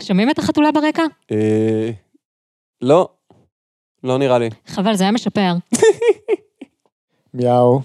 שומעים את החתולה ברקע? לא. לא נראה לי. חבל, זה היה משפר. מיהו.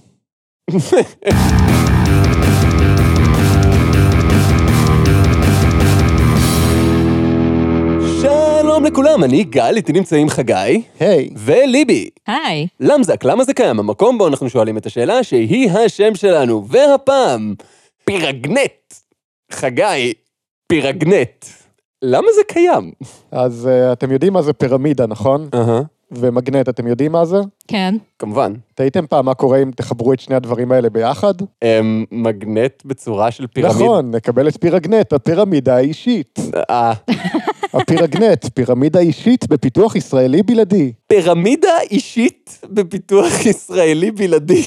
שלום לכולם, אני גל, איתי נמצאים חגי. היי. וליבי. היי. למזק, למה זה קיים? המקום בו אנחנו שואלים את השאלה שהיא השם שלנו. והפעם, פירגנט. חגי, פירגנט. למה זה קיים? אז אתם יודעים מה זה פירמידה, נכון? ומגנט, אתם יודעים מה זה? כן. כמובן. תהיתם פעם מה קורה אם תחברו את שני הדברים האלה ביחד? מגנט בצורה של פירמיד. נכון, נקבל את פירגנט, הפירמידה האישית. הפירגנט, פירמידה אישית בפיתוח ישראלי בלעדי. פירמידה אישית בפיתוח ישראלי בלעדי.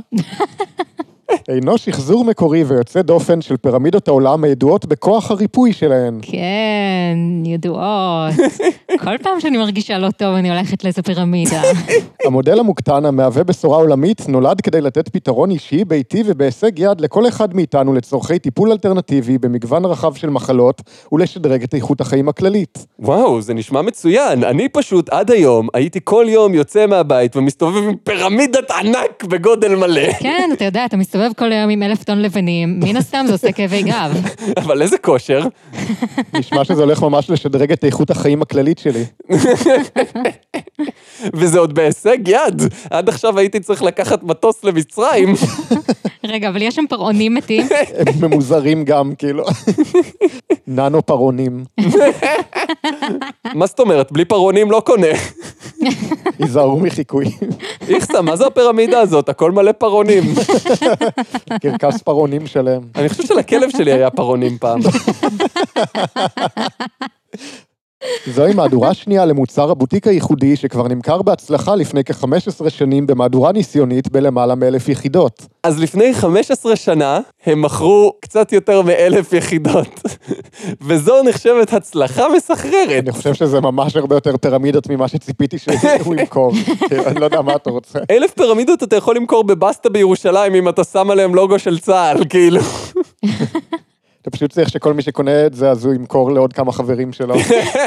אינו שחזור מקורי ויוצא דופן של פירמידות העולם הידועות בכוח הריפוי שלהן. כן, ידועות. כל פעם שאני מרגישה לא טוב, אני הולכת לאיזה פירמידה. המודל המוקטן המהווה בשורה עולמית נולד כדי לתת פתרון אישי, ביתי ובהישג יד לכל אחד מאיתנו לצורכי טיפול אלטרנטיבי במגוון רחב של מחלות ולשדרג את איכות החיים הכללית. וואו, זה נשמע מצוין. אני פשוט עד היום הייתי כל יום יוצא מהבית ומסתובב עם פירמידת ענק בגודל מלא. כן, אתה יודע, אתה מסתובב כל היום עם 1,000 טון לבנים, מן הסתם זה עושה כאבי גב. אבל איזה כושר. נשמע שזה הולך ממש לשדרג את איכות החיים הכללית שלי. וזה עוד בהישג יד. עד עכשיו הייתי צריך לקחת מטוס למצרים. רגע, אבל יש שם פרעונים מתים? הם ממוזרים גם, כאילו. ננו פרעונים. מה זאת אומרת? בלי פרעונים לא קונה. היזהרו מחיקוי. איכסה, מה זה הפירמידה הזאת? הכל מלא פרעונים. קרקס פרעונים שלם. אני חושב שלכלב שלי היה פרעונים פעם. זוהי מהדורה שנייה למוצר הבוטיק הייחודי שכבר נמכר בהצלחה לפני כ-15 שנים במהדורה ניסיונית בלמעלה מ1,000 יחידות. אז לפני 15 שנה הם מכרו קצת יותר מ1,000 יחידות. וזו נחשבת הצלחה מסחררת. אני חושב שזה ממש הרבה יותר פירמידות ממה שציפיתי שהוא ימכור. אני לא יודע מה אתה רוצה. 1,000 פירמידות אתה יכול למכור בבסטה בירושלים אם אתה שם עליהם לוגו של צה"ל, כאילו. אתה פשוט צריך שכל מי שקונה את זה, אז הוא ימכור לעוד כמה חברים שלו.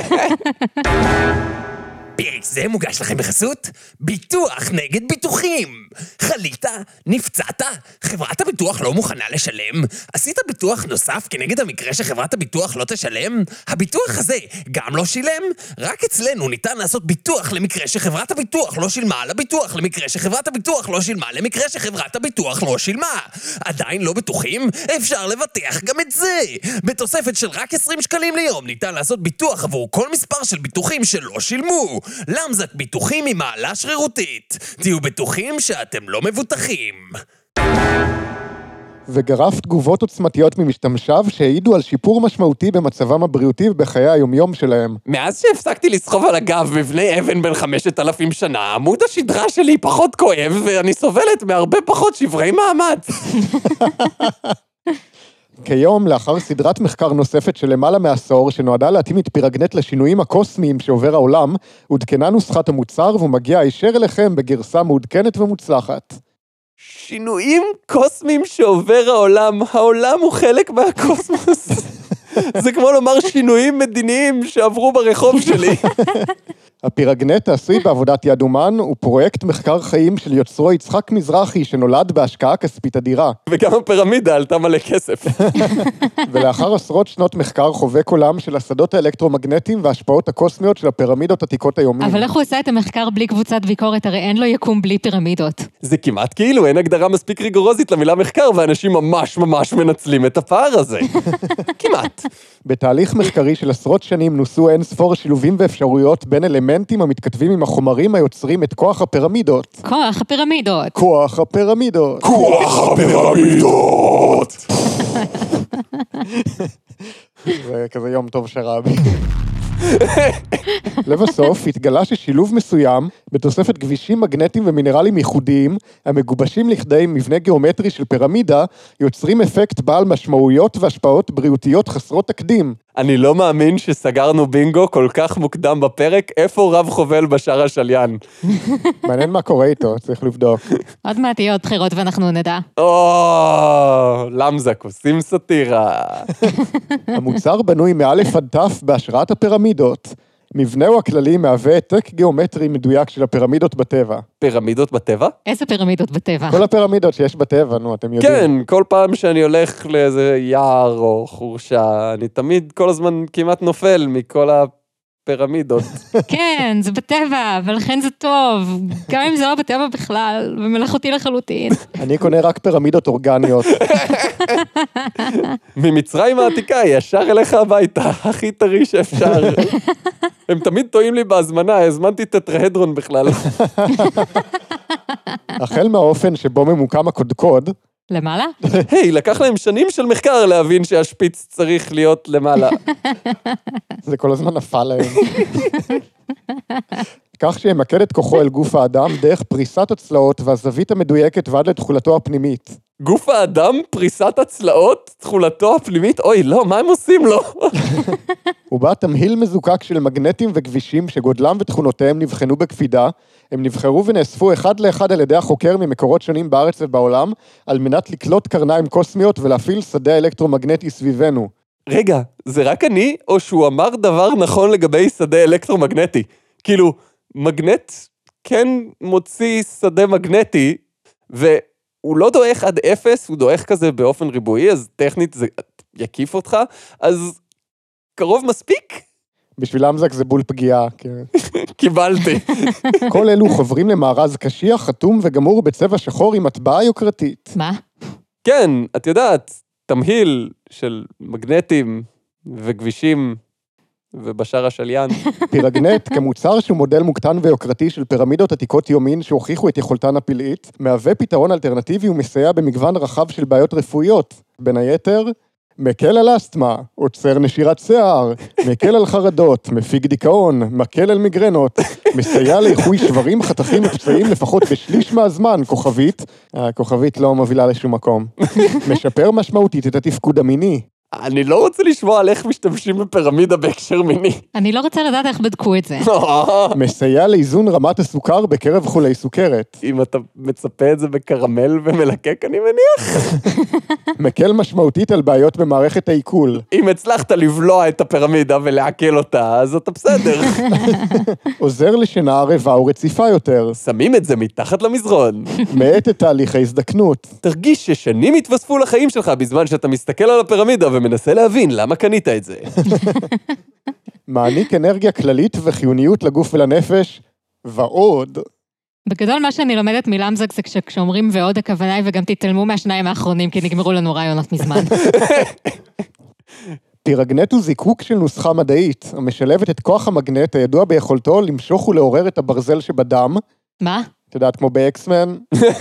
פרק זה מוגש לכם בחסות ביטוח נגד ביטוחים. חלית? נפצעת? חברת הביטוח לא מוכנה לשלם? עשית ביטוח נוסף כנגד המקרה שחברת הביטוח לא תשלם? הביטוח הזה גם לא שילם? רק אצלנו ניתן לעשות ביטוח למקרה שחברת הביטוח לא שילמה על הביטוח, למקרה שחברת הביטוח לא שילמה, למקרה שחברת הביטוח לא שילמה. עדיין לא בטוחים? אפשר לבטח גם את זה. בתוספת של רק 20 שקלים ליום ניתן לעשות ביטוח עבור כל מספר של ביטוחים שלא שילמו. למזק ביטוחים עם מעלה שרירותית. תהיו בטוחים שאתם לא מבוטחים. וגרף תגובות עוצמתיות ממשתמשיו שהעידו על שיפור משמעותי במצבם הבריאותי ובחיי היומיום שלהם. מאז שהפסקתי לסחוב על הגב מבני אבן בין 5,000 שנה, עמוד השדרה שלי פחות כואב ואני סובלת מהרבה פחות שברי מאמץ. כיום, לאחר סדרת מחקר נוספת של למעלה מעשור, שנועדה להתאים את פירגנט לשינויים הקוסמיים שעובר העולם, עודכנה נוסחת המוצר והוא מגיע הישר אליכם בגרסה מעודכנת ומוצלחת. שינויים קוסמיים שעובר העולם, העולם הוא חלק מהקוסמוס. זה כמו לומר שינויים מדיניים שעברו ברחוב שלי. הפירגנט העשוי בעבודת יד אומן הוא פרויקט מחקר חיים של יוצרו יצחק מזרחי שנולד בהשקעה כספית אדירה. וגם הפירמידה עלתה מלא כסף. ולאחר עשרות שנות מחקר חובק עולם של השדות האלקטרומגנטיים וההשפעות הקוסמיות של הפירמידות עתיקות היומין. אבל איך הוא עושה את המחקר בלי קבוצת ביקורת? הרי אין לו יקום בלי פירמידות. זה כמעט כאילו אין הגדרה מספיק ריגורוזית למילה מחקר, ואנשים ממש ממש מנצלים את הפער הזה. כמעט. בתהליך מחקרי של עשרות שנים נוסו אין ספור שילובים ואפשרויות בין אלמנטים המתכתבים עם החומרים היוצרים את כוח הפירמידות. כוח הפירמידות. כוח הפירמידות. כוח הפירמידות! זה כזה יום טוב שרבי. לבסוף, התגלה ששילוב מסוים, בתוספת גבישים מגנטיים ומינרלים ייחודיים, המגובשים לכדי מבנה גיאומטרי של פירמידה, יוצרים אפקט בעל משמעויות והשפעות בריאותיות חסרות תקדים. אני לא מאמין שסגרנו בינגו כל כך מוקדם בפרק, איפה רב חובל בשער השליין? מעניין מה קורה איתו, צריך לבדוק. עוד מעט יהיו עוד בחירות ואנחנו נדע. למזק, עושים סאטירה. המוצר בנוי מאלף עד תף בהשראת הפירמידות. מבנהו הכללי מהווה העתק גיאומטרי מדויק של הפירמידות בטבע. פירמידות בטבע? איזה פירמידות בטבע? כל הפירמידות שיש בטבע, נו, אתם יודעים. כן, כל פעם שאני הולך לאיזה יער או חורשה, אני תמיד כל הזמן כמעט נופל מכל הפירמידות. כן, זה בטבע, ולכן זה טוב. גם אם זה לא בטבע בכלל, ומלאכותי לחלוטין. אני קונה רק פירמידות אורגניות. ממצרים העתיקה, ישר אליך הביתה, הכי טרי שאפשר. הם תמיד טועים לי בהזמנה, הזמנתי טטרהדרון בכלל. החל מהאופן שבו ממוקם הקודקוד, למעלה? היי, לקח להם שנים של מחקר להבין שהשפיץ צריך להיות למעלה. זה כל הזמן נפל להם. כך שימקד את כוחו אל גוף האדם דרך פריסת הצלעות והזווית המדויקת ועד לתכולתו הפנימית. גוף האדם, פריסת הצלעות, תכולתו הפנימית, אוי, לא, מה הם עושים לו? הוא בא תמהיל מזוקק של מגנטים וכבישים שגודלם ותכונותיהם נבחנו בקפידה, הם נבחרו ונאספו אחד לאחד על ידי החוקר ממקורות שונים בארץ ובעולם, על מנת לקלוט קרניים קוסמיות ולהפעיל שדה אלקטרומגנטי סביבנו. רגע, זה רק אני, או שהוא אמר דבר נכון לגבי שדה אלקטרומגנטי? כאילו, מגנט כן מוציא שדה מגנטי, והוא לא דועך עד 0, הוא דועך כזה באופן ריבועי, אז טכנית זה יקיף אותך, אז קרוב מספיק? בשבילם זה בול פגיעה. כן. קיבלתי. כל אלו חוברים למארז קשיח, חתום וגמור בצבע שחור עם הטבעה יוקרתית. מה? כן, את יודעת, תמהיל של מגנטים וכבישים ובשער השליין. פירגנט, כמוצר שהוא מודל מוקטן ויוקרתי של פירמידות עתיקות יומין שהוכיחו את יכולתן הפלאית, מהווה פתרון אלטרנטיבי ומסייע במגוון רחב של בעיות רפואיות. בין היתר, מקל על אסתמה, עוצר נשירת שיער, מקל על חרדות, מפיג דיכאון, מקל על מיגרנות, מסייע לאיחוי שברים, חתכים ופצעים לפחות בשליש מהזמן, כוכבית, הכוכבית לא מובילה לשום מקום, משפר משמעותית את התפקוד המיני. אני לא רוצה לשמוע על איך משתמשים בפירמידה בהקשר מיני. אני לא רוצה לדעת איך בדקו את זה. מסייע לאיזון רמת הסוכר בקרב חולי סוכרת. אם אתה מצפה את זה בקרמל ומלקק, אני מניח. מקל משמעותית על בעיות במערכת העיכול. אם הצלחת לבלוע את הפירמידה ולעכל אותה, אז אתה בסדר. עוזר לשינה ערבה ורציפה יותר. שמים את זה מתחת למזרון. מאט את תהליך ההזדקנות. תרגיש ששנים התווספו לחיים שלך בזמן שאתה מסתכל על הפירמידה ומנסה להבין למה קנית את זה. מעניק אנרגיה כללית וחיוניות לגוף ולנפש, ועוד. בגדול מה שאני לומדת מלמזק זה כשאומרים ועוד הכוונה היא וגם תתעלמו מהשניים האחרונים כי נגמרו לנו רעיונות מזמן. פירגנט הוא זיקוק של נוסחה מדעית, המשלבת את כוח המגנט הידוע ביכולתו למשוך ולעורר את הברזל שבדם. מה? את יודעת, כמו באקסמן.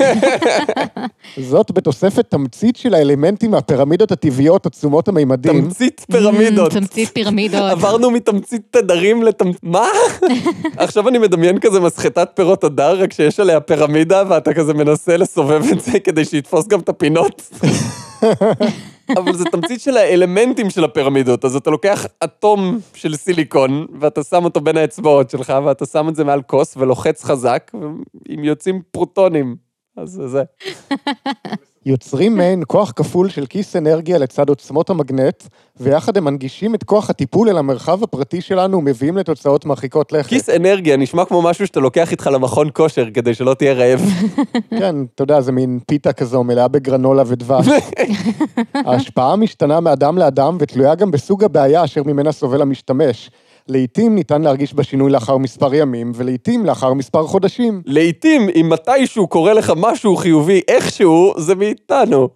זאת בתוספת תמצית של האלמנטים מהפירמידות הטבעיות עצומות המימדים. תמצית פירמידות. תמצית פירמידות. עברנו מתמצית תדרים מה? עכשיו אני מדמיין כזה מסחטת פירות הדר, רק שיש עליה פירמידה, ואתה כזה מנסה לסובב את זה כדי שיתפוס גם את הפינות. אבל זה תמצית של האלמנטים של הפירמידות, אז אתה לוקח אטום של סיליקון, ואתה שם אותו בין האצבעות שלך, ואתה שם את זה מעל כוס ולוחץ חזק, ואם יוצאים פרוטונים, אז זה. יוצרים מעין כוח כפול של כיס אנרגיה לצד עוצמות המגנט, ויחד הם מנגישים את כוח הטיפול אל המרחב הפרטי שלנו ומביאים לתוצאות מרחיקות לכת. כיס אנרגיה נשמע כמו משהו שאתה לוקח איתך למכון כושר כדי שלא תהיה רעב. כן, אתה יודע, זה מין פיתה כזו מלאה בגרנולה ודבש. ההשפעה משתנה מאדם לאדם ותלויה גם בסוג הבעיה אשר ממנה סובל המשתמש. לעתים ניתן להרגיש בשינוי לאחר מספר ימים, ולעתים לאחר מספר חודשים. לעתים, אם מתישהו קורה לך משהו חיובי איכשהו, זה מאיתנו.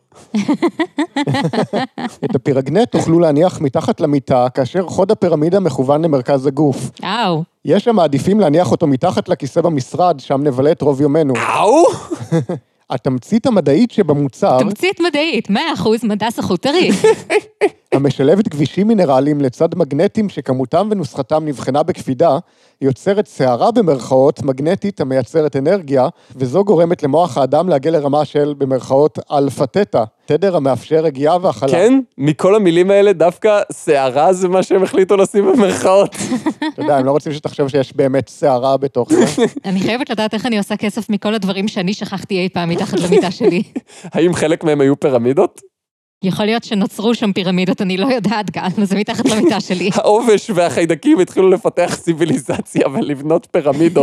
את הפירגנט תוכלו להניח מתחת למיטה, כאשר חוד הפירמידה מכוון למרכז הגוף. אאו. יש המעדיפים להניח אותו מתחת לכיסא במשרד, שם נבלה את רוב יומנו. אאו? התמצית המדעית שבמוצר... תמצית מדעית, 100% מדע סחוטרי. המשלבת כבישים מינרליים לצד מגנטים שכמותם ונוסחתם נבחנה בקפידה, יוצרת שערה במרכאות מגנטית המייצרת אנרגיה, וזו גורמת למוח האדם להגיע לרמה של במרכאות אלפא תטא, תדר המאפשר רגיעה והכלה. כן? מכל המילים האלה דווקא שערה זה מה שהם החליטו לשים במרכאות. אתה יודע, הם לא רוצים שתחשוב שיש באמת שערה בתוך זה. אני חייבת לדעת איך אני עושה כסף מכל הדברים שאני שכחתי אי פעם מתחת למיטה שלי. האם חלק מהם היו פירמידות? יכול להיות שנוצרו שם פירמידות, אני לא יודעת גם, זה מתחת למיטה שלי. העובש והחיידקים התחילו לפתח ציוויליזציה ולבנות פירמידות.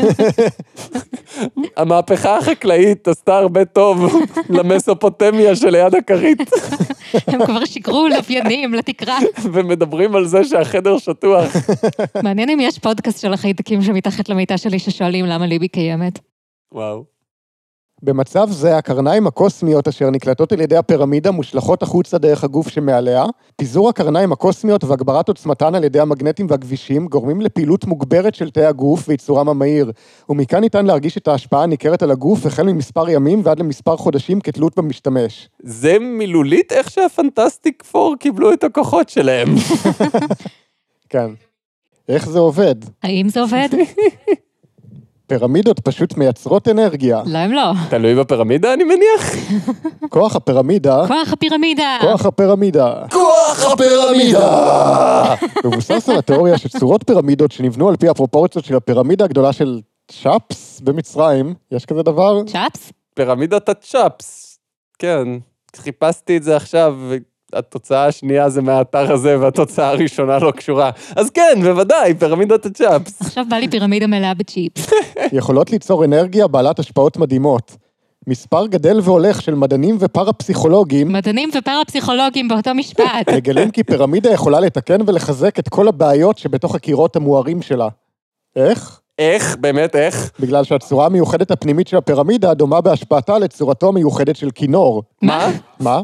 המהפכה החקלאית עשתה הרבה טוב למסופוטמיה שליד הכרית, הם כבר שיקרו לוויינים לתקרה. ומדברים על זה שהחדר שטוח. מעניין אם יש פודקאסט של החיידקים שמתחת למיטה שלי ששואלים למה ליבי קיימת. וואו. במצב זה, הקרניים הקוסמיות אשר נקלטות על ידי הפירמידה מושלכות החוצה דרך הגוף שמעליה, פיזור הקרניים הקוסמיות והגברת עוצמתן על ידי המגנטים והכבישים גורמים לפעילות מוגברת של תאי הגוף וייצורם המהיר, ומכאן ניתן להרגיש את ההשפעה הניכרת על הגוף החל ממספר ימים ועד למספר חודשים כתלות במשתמש. זה מילולית איך שהפנטסטיק פור קיבלו את הכוחות שלהם. כן. איך זה עובד? האם זה עובד? פירמידות פשוט מייצרות אנרגיה. לא, הם לא. תלוי בפירמידה, אני מניח. כוח הפירמידה... כוח הפירמידה! כוח הפירמידה. כוח הפירמידה! מבוסס על התיאוריה שצורות פירמידות שנבנו על פי הפרופורציות של הפירמידה הגדולה של צ'אפס במצרים, יש כזה דבר? צ'אפס? פירמידת הצ'אפס. כן, חיפשתי את זה עכשיו, והתוצאה השנייה זה מהאתר הזה, והתוצאה הראשונה לא קשורה. אז כן, בוודאי, פירמידת הצ'אפס. עכשיו בא לי פירמידה מלאה בצ'יפס. יכולות ליצור אנרגיה בעלת השפעות מדהימות. מספר גדל והולך של מדענים ופרפסיכולוגים מדענים ופרפסיכולוגים באותו משפט. מגלים כי פירמידה יכולה לתקן ולחזק את כל הבעיות שבתוך הקירות המוארים שלה. איך? איך? באמת איך? בגלל שהצורה המיוחדת הפנימית של הפירמידה דומה בהשפעתה לצורתו המיוחדת של כינור. מה? מה?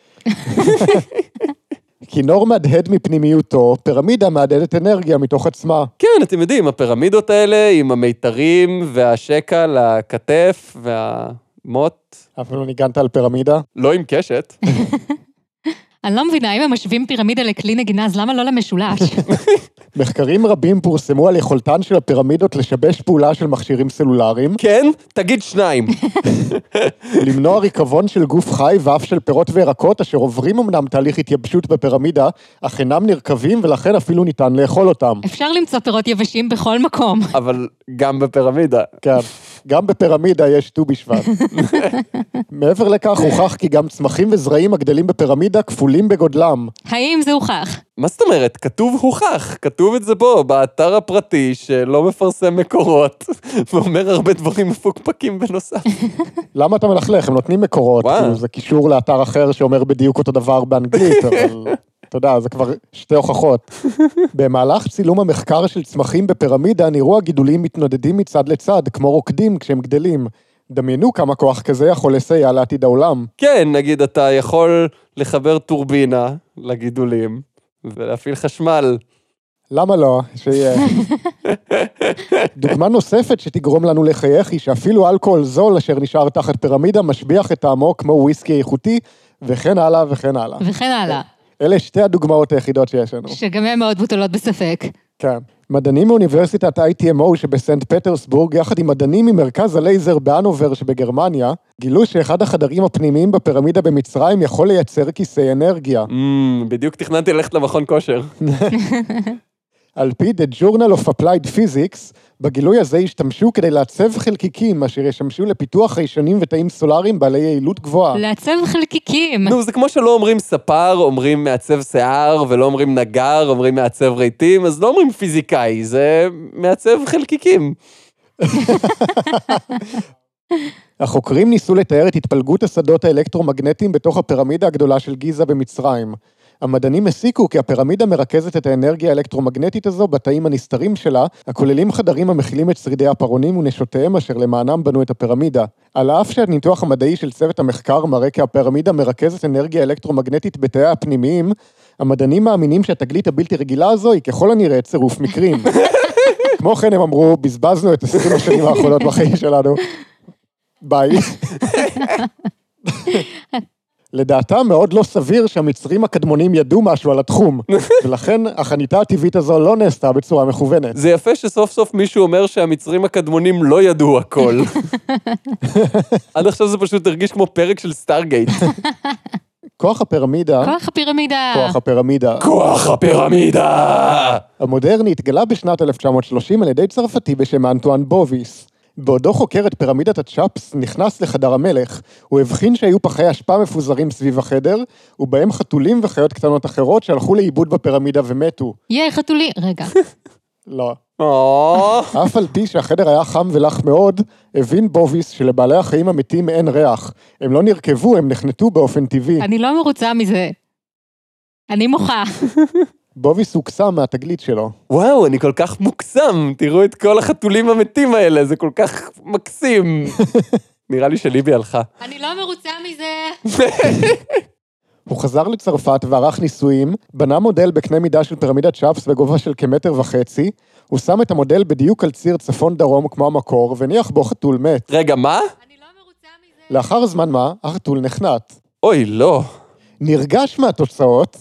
כינור מהדהד מפנימיותו, פירמידה מהדהדת אנרגיה מתוך עצמה. כן, אתם יודעים, הפירמידות האלה עם המיתרים והשקע לכתף והמוט. אף לא ניגנת על פירמידה? לא עם קשת. אני לא מבינה, אם הם משווים פירמידה לכלי נגינה, אז למה לא למשולש? מחקרים רבים פורסמו על יכולתן של הפירמידות לשבש פעולה של מכשירים סלולריים, כן? תגיד 2. למנוע ריקבון של גוף חי ואף של פירות וירקות, אשר עוברים אמנם תהליך התייבשות בפירמידה, אך אינם נרקבים ולכן אפילו ניתן לאכול אותם. אפשר למצוא פירות יבשים בכל מקום. אבל גם בפירמידה. כן, גם בפירמידה יש ט"ו בשבט. מעבר לכך הוכח כי גם צמחים וזרעים הגדלים בפירמידה כפולים בגודלם. האם זה הוכח? מה זאת אומרת? כתוב הוכח, כתוב את זה פה, באתר הפרטי שלא מפרסם מקורות, ואומר הרבה דברים מפוקפקים בנוסף. למה אתה מלכלך? הם נותנים מקורות, וואו. כאילו זה קישור לאתר אחר שאומר בדיוק אותו דבר באנגלית, אבל אתה יודע, זה כבר 2 הוכחות. במהלך צילום המחקר של צמחים בפירמידה, נראו הגידולים מתנודדים מצד לצד, כמו רוקדים כשהם גדלים. דמיינו כמה כוח כזה יכול לסייע לעתיד העולם. כן, נגיד אתה יכול לחבר טורבינה לגידולים, ולהפעיל חשמל. למה לא? שיהיה. דוגמה נוספת שתגרום לנו לחייך היא שאפילו אלכוהול זול אשר נשאר תחת פירמידה משביח את טעמו כמו וויסקי איכותי, וכן הלאה וכן הלאה. וכן הלאה. אלה 2 הדוגמאות היחידות שיש לנו. שגם הן מאוד מוטלות בספק. כן. מדענים מאוניברסיטת ITMO שבסנט פטרסבורג, יחד עם מדענים ממרכז הלייזר באנובר שבגרמניה, גילו שאחד החדרים הפנימיים בפירמידה במצרים יכול לייצר כיסי אנרגיה. בדיוק תכננתי ללכת למכון כושר. על פי The Journal of Applied Physics, בגילוי הזה השתמשו כדי לעצב חלקיקים, אשר ישמשו לפיתוח חיישנים ותאים סולאריים בעלי יעילות גבוהה. לעצב חלקיקים. נו, זה כמו שלא אומרים ספר, אומרים מעצב שיער, ולא אומרים נגר, אומרים מעצב רהיטים, אז לא אומרים פיזיקאי, זה מעצב חלקיקים. החוקרים ניסו לתאר את התפלגות השדות האלקטרומגנטיים בתוך הפירמידה הגדולה של גיזה במצרים. המדענים הסיקו כי הפירמידה מרכזת את האנרגיה האלקטרומגנטית הזו בתאים הנסתרים שלה, הכוללים חדרים המכילים את שרידי הפרעונים ונשותיהם אשר למענם בנו את הפירמידה. על אף שהניתוח המדעי של צוות המחקר מראה כי הפירמידה מרכזת אנרגיה אלקטרומגנטית בתאיה הפנימיים, המדענים מאמינים שהתגלית הבלתי רגילה הזו היא ככל הנראה צירוף מקרים. כמו כן הם אמרו, בזבזנו את 20 השנים האחרונות בחיים שלנו. ביי. לדעתם מאוד לא סביר שהמצרים הקדמונים ידעו משהו על התחום, ולכן החניתה הטבעית הזו לא נעשתה בצורה מכוונת. זה יפה שסוף סוף מישהו אומר שהמצרים הקדמונים לא ידעו הכל. עד עכשיו זה פשוט הרגיש כמו פרק של סטארגייט. כוח הפירמידה... כוח הפירמידה. כוח הפירמידה. כוח הפירמידה! המודרני התגלה בשנת 1930 על ידי צרפתי בשם אנטואן בוביס. בעודו חוקר את פירמידת הצ'אפס, נכנס לחדר המלך. הוא הבחין שהיו פחי אשפה מפוזרים סביב החדר, ובהם חתולים וחיות קטנות אחרות שהלכו לאיבוד בפירמידה ומתו. יאי, חתולי. רגע. לא. או, אף על פי שהחדר היה חם ולח מאוד, הבין בוביס שלבעלי החיים המתים אין ריח. הם לא נרכבו, הם נחנתו באופן טבעי. אני לא מרוצה מזה. אני מוחה. בוביס הוקסם מהתגלית שלו. וואו, אני כל כך מוקסם. תראו את כל החתולים המתים האלה, זה כל כך מקסים. נראה לי שליבי הלכה. אני לא מרוצה מזה. הוא חזר לצרפת וערך ניסויים, בנה מודל בקנה מידה של פירמידת צ'אפס בגובה של כ1.5 מטר, הוא שם את המודל בדיוק על ציר צפון-דרום כמו המקור, והניח בו חתול מת. רגע, מה? אני לא מרוצה מזה. לאחר זמן מה, החתול נחנט. אוי, לא. נרגש מהתוצאות,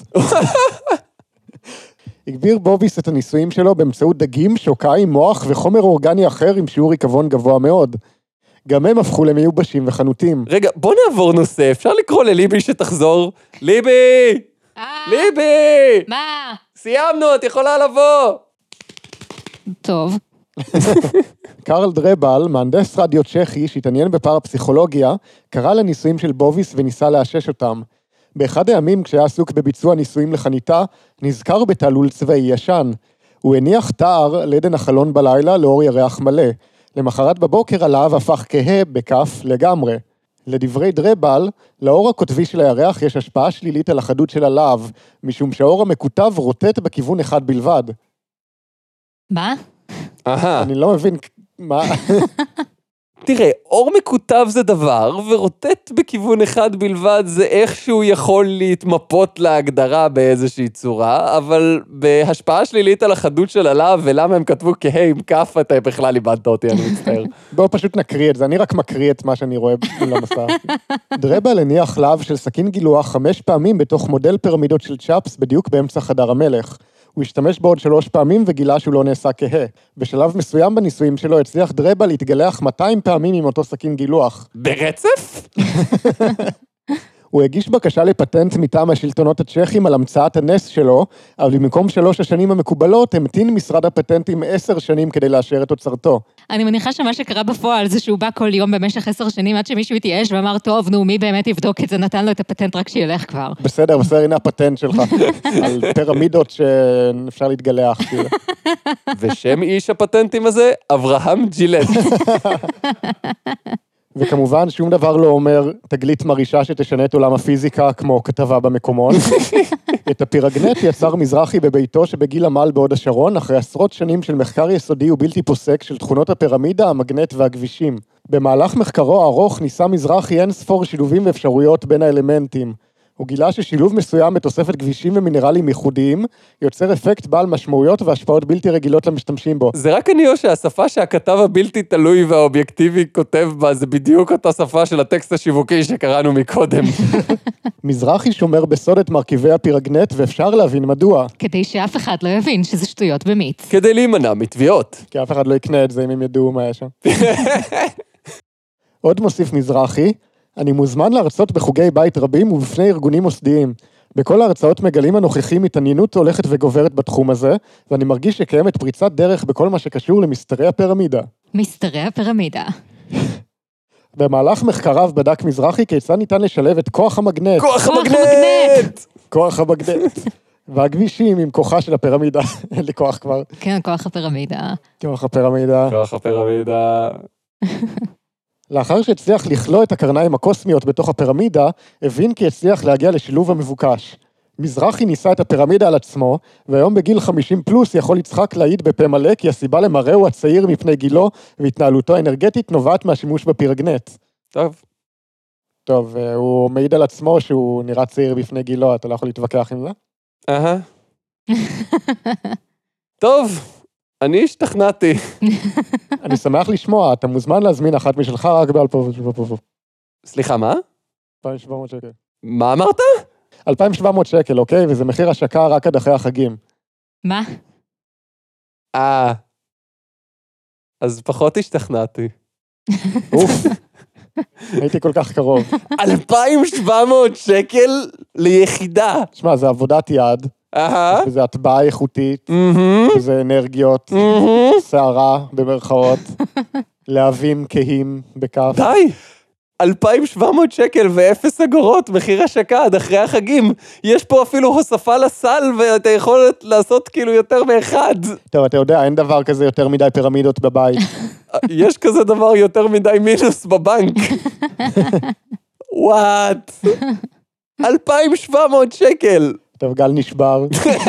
הגביר בוביס את הניסויים שלו באמצעות דגים, שוקיים, מוח וחומר אורגני אחר עם שיעור ריקבון גבוה מאוד. גם הם הפכו למיובשים וחנותים. רגע, בוא נעבור נושא. אפשר לקרוא לליבי שתחזור? ליבי! ליבי! מה? סיימנו, את יכולה לבוא. טוב. קרל דרבל, מהנדס רדיו צ'כי שהתעניין בפרפסיכולוגיה, קרא לניסויים של בוביס וניסה לאשש אותם. באחד הימים, כשהיה עסוק בביצוע ניסויים לחניתה, נזכר בתעלול צבאי ישן. הוא הניח תער על עדן החלון בלילה לאור ירח מלא. למחרת בבוקר עליו הפך כהה בכף לגמרי. לדברי דרבל, לאור הקוטבי של הירח יש השפעה שלילית על החדות של הלהב, משום שהאור המקוטב רוטט בכיוון אחד בלבד. מה? אני לא מבין מה... תראה, אור מקוטב זה דבר, ורוטט בכיוון אחד בלבד זה איכשהו יכול להתמפות להגדרה באיזושהי צורה, אבל בהשפעה שלילית על החדות של הלהב, ולמה הם כתבו כהה עם כף, אתה בכלל איבדת אותי, אני מצטער. בואו פשוט נקריא את זה, אני רק מקריא את מה שאני רואה למסע. דרבל הניח להב של סכין גילוח 5 פעמים בתוך מודל פירמידות של צ'אפס בדיוק באמצע חדר המלך. הוא השתמש בו עוד 3 פעמים וגילה שהוא לא נעשה כהה. בשלב מסוים בניסויים שלו הצליח דרבל להתגלח 200 פעמים עם אותו סכין גילוח. ברצף? הוא הגיש בקשה לפטנט מטעם השלטונות הצ'כים על המצאת הנס שלו, אבל במקום 3 השנים המקובלות, המתין משרד הפטנטים 10 שנים כדי לאשר את תוצרתו. אני מניחה שמה שקרה בפועל זה שהוא בא כל יום במשך 10 שנים עד שמישהו התייאש ואמר, טוב, נו, מי באמת יבדוק את זה, נתן לו את הפטנט רק שילך כבר. בסדר, הנה הפטנט שלך, על פירמידות שאפשר להתגלח. ושם איש הפטנטים הזה, אברהם ג'ילט. וכמובן שום דבר לא אומר תגלית מרישה שתשנה את עולם הפיזיקה כמו כתבה במקומון. את הפירגנט יצר מזרחי בביתו שבגיל עמל בהוד השרון, אחרי עשרות שנים של מחקר יסודי ובלתי פוסק של תכונות הפירמידה, המגנט והכבישים. במהלך מחקרו הארוך ניסה מזרחי אין ספור שילובים ואפשרויות בין האלמנטים. הוא גילה ששילוב מסוים בתוספת כבישים ומינרלים ייחודיים, יוצר אפקט בעל משמעויות והשפעות בלתי רגילות למשתמשים בו. זה רק אני או שהשפה שהכתב הבלתי תלוי והאובייקטיבי כותב בה, זה בדיוק אותה שפה של הטקסט השיווקי שקראנו מקודם. מזרחי שומר בסוד את מרכיבי הפירגנט, ואפשר להבין מדוע. כדי שאף אחד לא יבין שזה שטויות במיץ. כדי להימנע מתביעות. כי אף אחד לא יקנה את זה אם הם ידעו מה יש שם. עוד מוסיף מזרחי, אני מוזמן להרצות בחוגי בית רבים ובפני ארגונים מוסדיים. בכל ההרצאות מגלים הנוכחים התעניינות הולכת וגוברת בתחום הזה, ואני מרגיש שקיימת פריצת דרך בכל מה שקשור למסתרי הפירמידה. מסתרי הפירמידה. במהלך מחקריו בדק מזרחי כיצד ניתן לשלב את כוח המגנט. כוח המגנט! כוח המגנט. והכבישים עם כוחה של הפירמידה. אין לי כוח כבר. כן, כוח הפירמידה. כוח הפירמידה. כוח הפירמידה. לאחר שהצליח לכלוא את הקרניים הקוסמיות בתוך הפירמידה, הבין כי הצליח להגיע לשילוב המבוקש. מזרחי ניסה את הפירמידה על עצמו, והיום בגיל 50 פלוס יכול יצחק להעיד בפה מלא כי הסיבה למראהו הצעיר מפני גילו והתנהלותו האנרגטית נובעת מהשימוש בפירגנט. טוב, הוא מעיד על עצמו שהוא נראה צעיר בפני גילו, אתה לא יכול להתווכח עם זה? טוב, אני השתכנעתי. אני שמח לשמוע, אתה מוזמן להזמין אחת משלך רק ב-2,700. סליחה, מה? 2,700 שקל. מה אמרת? 2,700 שקל, אוקיי? וזה מחיר השקה רק עד אחרי החגים. מה? אז פחות השתכנעתי. אוף, הייתי כל כך קרוב. 2,700 שקל ליחידה. תשמע, זה עבודת יד, זה הטבעה איכותית, זה אנרגיות, שערה במרכאות, להבים כהים בכף. די! 2,700 שקל ו0 אגורות, מחיר השקה עד אחרי החגים. יש פה אפילו הוספה לסל, ואתה יכול לעשות כאילו יותר מאחד. טוב, אתה יודע, אין דבר כזה יותר מדי פירמידות בבית. יש כזה דבר יותר מדי מינוס בבנק. וואט? 2,700 שקל. טוב, גל נשבר.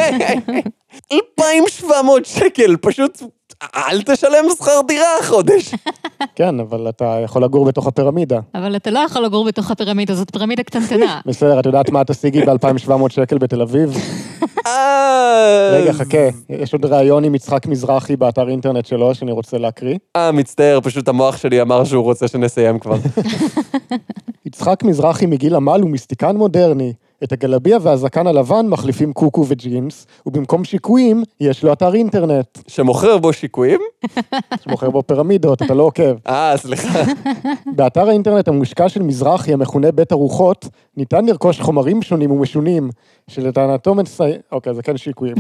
2,700 שקל, פשוט אל תשלם שכר דירה החודש. כן, אבל אתה יכול לגור בתוך הפירמידה. אבל אתה לא יכול לגור בתוך הפירמידה, זאת פירמידה קטנטנה. בסדר, את יודעת מה תשיגי ב-2,700 שקל בתל אביב? רגע, חכה, יש עוד ראיון עם יצחק מזרחי באתר אינטרנט שלו, שאני רוצה להקריא. מצטער, פשוט המוח שלי אמר שהוא רוצה שנסיים כבר. יצחק מזרחי מגיל עמל הוא מיסטיקן מודרני. את הגלביה והזקן הלבן מחליפים קוקו וג'ינס, ובמקום שיקויים יש לו אתר אינטרנט. שמוכר בו שיקויים? שמוכר בו פירמידות, אתה לא עוקב. סליחה. באתר האינטרנט המושקע של מזרחי, המכונה בית הרוחות, ניתן לרכוש חומרים שונים ומשונים, שלטענתו אוקיי, זה כן שיקויים.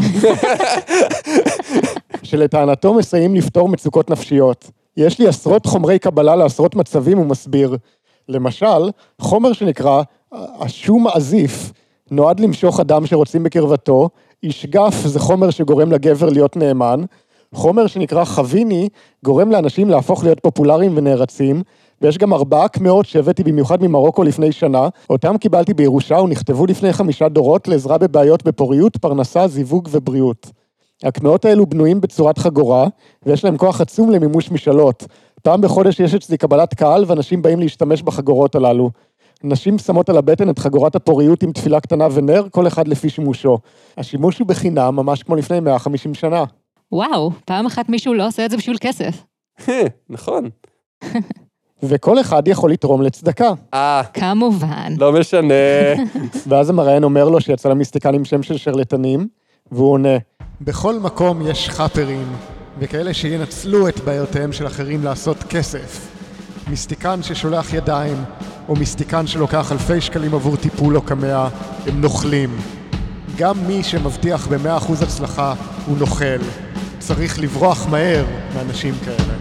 שלטענתו מסייעים לפתור מצוקות נפשיות. יש לי עשרות חומרי קבלה לעשרות מצבים, הוא מסביר. למשל, חומר שנקרא השום עזיף, נועד למשוך אדם שרוצים בקרבתו, ישגף זה חומר שגורם לגבר להיות נאמן, חומר שנקרא חוויני, גורם לאנשים להפוך להיות פופולריים ונערצים, ויש גם 4 קמעות שהבאתי במיוחד ממרוקו לפני שנה, אותם קיבלתי בירושה ונכתבו לפני 5 דורות לעזרה בבעיות בפוריות, פרנסה, זיווג ובריאות. הקמעות האלו בנויים בצורת חגורה, ויש להם כוח עצום למימוש משאלות. פעם בחודש יש אצלי קבלת קהל, ואנשים באים להשתמש בחגורות הללו. נשים שמות על הבטן את חגורת הפוריות עם תפילה קטנה ונר, כל אחד לפי שימושו. השימוש הוא בחינם, ממש כמו לפני 150 שנה. וואו, פעם אחת מישהו לא עושה את זה בשביל כסף. נכון. וכל אחד יכול לתרום לצדקה. כמובן. לא משנה. ואז המראיין אומר לו שיצא למיסטיקן עם שם של שרלטנים, והוא עונה, בכל מקום יש חאפרים, וכאלה שינצלו את בעיותיהם של אחרים לעשות כסף. מיסטיקן ששולח ידיים, או מיסטיקן שלוקח אלפי שקלים עבור טיפול או קמע, הם נוכלים. גם מי שמבטיח ב100% הצלחה הוא נוכל. צריך לברוח מהר מאנשים כאלה.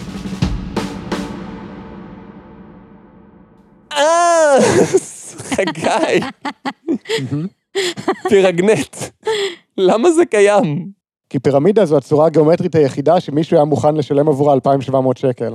חגי. פירגנט. למה זה קיים? כי פירמידה זו הצורה הגיאומטרית היחידה שמישהו היה מוכן לשלם עבורה 2,700 שקל.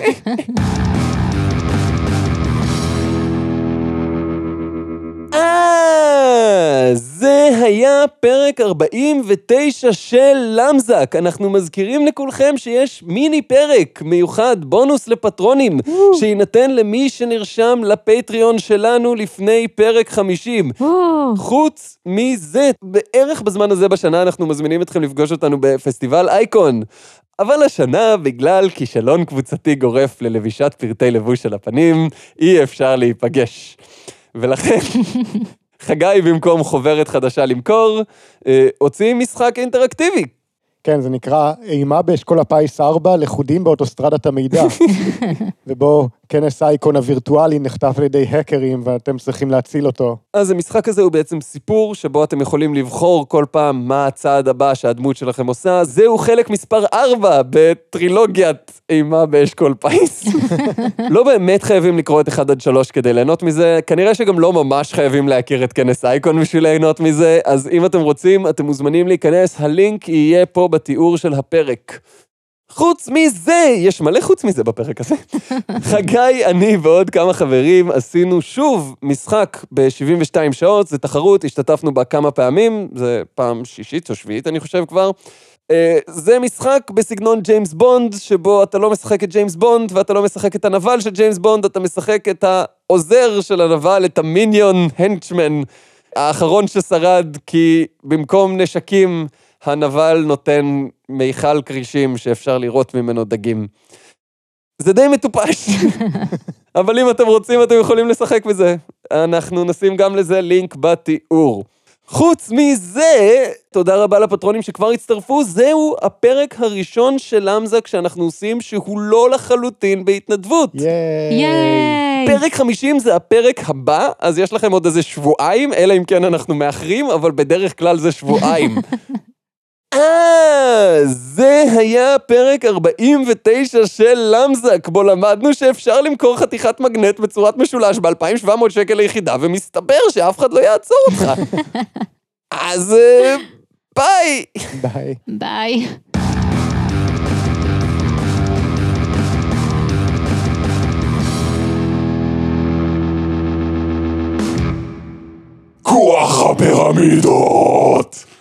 זה היה פרק 49 של למזק. אנחנו מזכירים לכולכם שיש מיני פרק מיוחד, בונוס לפטרונים, שינתן למי שנרשם לפטריון שלנו לפני פרק 50. חוץ מזה, בערך בזמן הזה בשנה אנחנו מזמינים אתכם לפגוש אותנו בפסטיבל אייקון. אבל השנה, בגלל כישלון קבוצתי גורף ללבישת פרטי לבוש של הפנים, אי אפשר להיפגש. ולכן, חגי במקום חוברת חדשה למכור, הוציא משחק אינטראקטיבי. כן, זה נקרא אימה באשכול הפיס 4 לחודים באוטוסטרדת המידע. ובו כנס אייקון הווירטואלי נחטף על ידי הקרים, ואתם צריכים להציל אותו. אז המשחק הזה הוא בעצם סיפור שבו אתם יכולים לבחור כל פעם מה הצעד הבא שהדמות שלכם עושה. זהו חלק מספר 4 בטרילוגיית אימה באשכול פיס. לא באמת חייבים לקרוא את 1-3 כדי ליהנות מזה, כנראה שגם לא ממש חייבים להכיר את כנס אייקון בשביל ליהנות מזה, אז אם אתם רוצים, אתם מוזמנים להיכנס, הלינק יהיה פה בתיאור של הפרק. חוץ מזה, יש מלא חוץ מזה בפרק הזה. חגי, אני ועוד כמה חברים עשינו שוב משחק ב-72 שעות, זה תחרות, השתתפנו בה כמה פעמים, זה פעם 6th או 7th אני חושב כבר. זה משחק בסגנון ג'יימס בונד, שבו אתה לא משחק את ג'יימס בונד, ואתה לא משחק את הנבל של ג'יימס בונד, אתה משחק את העוזר של הנבל, את המיניון הנצ'מן, האחרון ששרד, כי במקום נשקים, הנבל נותן מיכל קרישים שאפשר לראות ממנו דגים. זה די מטופש. אבל אם אתם רוצים, אתם יכולים לשחק בזה. אנחנו נשים גם לזה לינק בתיאור. חוץ מזה, תודה רבה לפטרונים שכבר הצטרפו, זהו הפרק הראשון של למזק שאנחנו עושים, שהוא לא לחלוטין בהתנדבות. ייי! פרק 50 זה הפרק הבא, אז יש לכם עוד איזה שבועיים, אלא אם כן אנחנו מאחרים, אבל בדרך כלל זה שבועיים. זה היה פרק 49 של למזק, בו למדנו שאפשר למכור חתיכת מגנט בצורת משולש ב-2,700 שקל ליחידה, ומסתבר שאף אחד לא יעצור אותך. אז ביי. ביי. ביי. כוח הפירמידות!